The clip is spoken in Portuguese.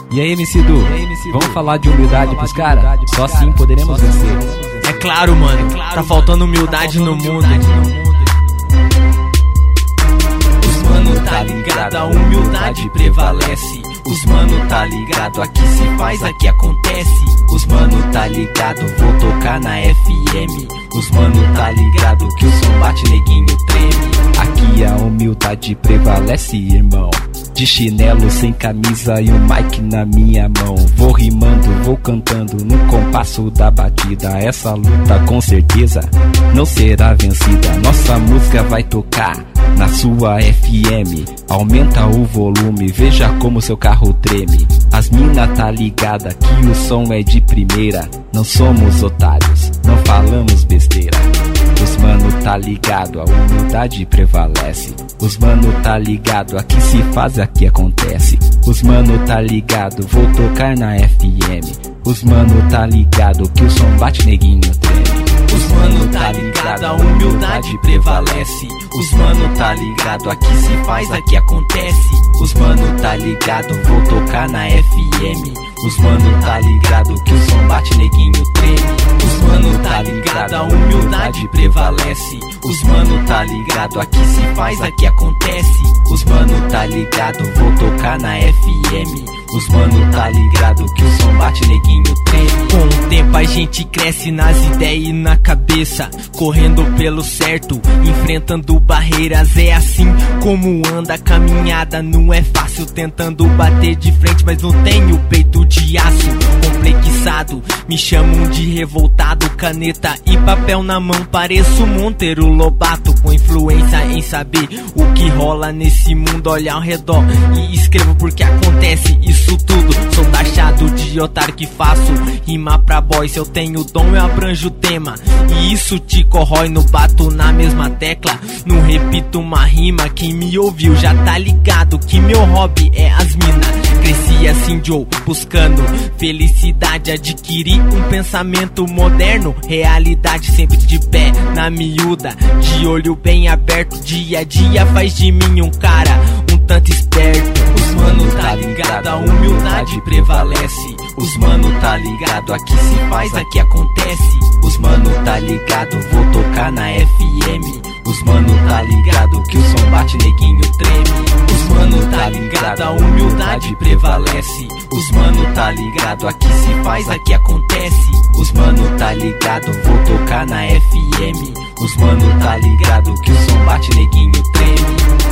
E aí, MC Du, vamos falar de humildade pros caras? Só assim poderemos vencer. É claro, mano, tá faltando humildade no mundo. Os mano tá ligado, a humildade prevalece. Os mano tá ligado, aqui se faz, aqui acontece. Os mano tá ligado, vou tocar na FM. Os mano tá ligado, que o som bate, neguinho treme. Aqui a humildade prevalece, irmão. De chinelo, sem camisa e um mic na minha mão. Vou rimando, vou cantando no compasso da batida. Essa luta com certeza não será vencida. Nossa música vai tocar na sua FM. Aumenta o volume, veja como seu carro treme. As mina tá ligada que o som é de primeira. Não somos otários, não falamos besteira. Os mano tá ligado, a humildade prevalece. Os mano tá ligado, aqui se faz, aqui acontece. Os mano tá ligado, vou tocar na FM. Os mano tá ligado, que o som bate, neguinho treme. Os mano tá ligado, a humildade prevalece. Os mano tá ligado, aqui se faz, aqui acontece. Os mano tá ligado, vou tocar na FM. Os mano tá ligado, que o som bate, neguinho treme. Os mano tá ligado, a humildade prevalece. Os mano tá ligado, aqui se faz, aqui acontece. Os mano tá ligado, vou tocar na FM. Os mano tá ligado, que o som bate, neguinho treme. Com o tempo a gente cresce nas ideias e na cabeça, correndo pelo certo, enfrentando barreiras. É assim como anda a caminhada, não é fácil, tentando bater de frente, mas não tenho peito de aço. Complexado, me chamam de revoltado, caneta e papel na mão, pareço Monteiro Lobato, com influência em saber o que rola nesse mundo. Olha ao redor e escrevo porque acontece isso tudo. Sou taxado de otário que faço rima pra boy. Se eu tenho dom eu abranjo o tema, e isso te corrói. Não bato na mesma tecla, não repito uma rima. Quem me ouviu já tá ligado que meu hobby é as mina. Cresci assim, Joe, buscando felicidade, adquiri um pensamento moderno, realidade sempre de pé na miúda, de olho bem aberto. Dia a dia faz de mim um cara um tanto esperto. Os mano tá ligado, a humildade prevalece. Os mano tá ligado, aqui se faz, aqui acontece. Os mano tá ligado, vou tocar na FM. Os mano tá ligado, que o som bate, neguinho treme. Os mano tá ligado, a humildade prevalece. Os mano tá ligado, aqui se faz, aqui acontece. Os mano tá ligado, vou tocar na FM. Os mano tá ligado, que o som bate, neguinho treme.